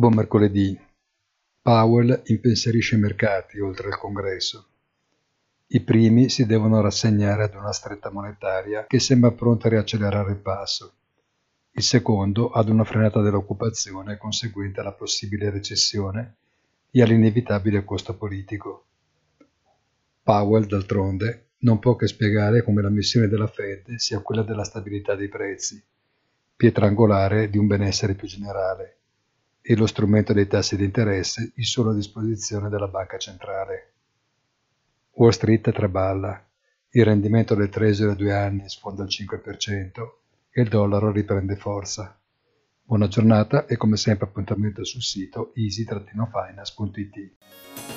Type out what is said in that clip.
Buon mercoledì. Powell impensierisce i mercati oltre al Congresso. I primi si devono rassegnare ad una stretta monetaria che sembra pronta a riaccelerare il passo. Il secondo ad una frenata dell'occupazione conseguente alla possibile recessione e all'inevitabile costo politico. Powell, d'altronde, non può che spiegare come la missione della Fed sia quella della stabilità dei prezzi, pietra angolare di un benessere più generale, e lo strumento dei tassi di interesse il solo a disposizione della banca centrale. Wall Street traballa, il rendimento del Treasury a 2 anni sfonda il 5% e il dollaro riprende forza. Buona giornata e come sempre appuntamento sul sito easy-finance.it.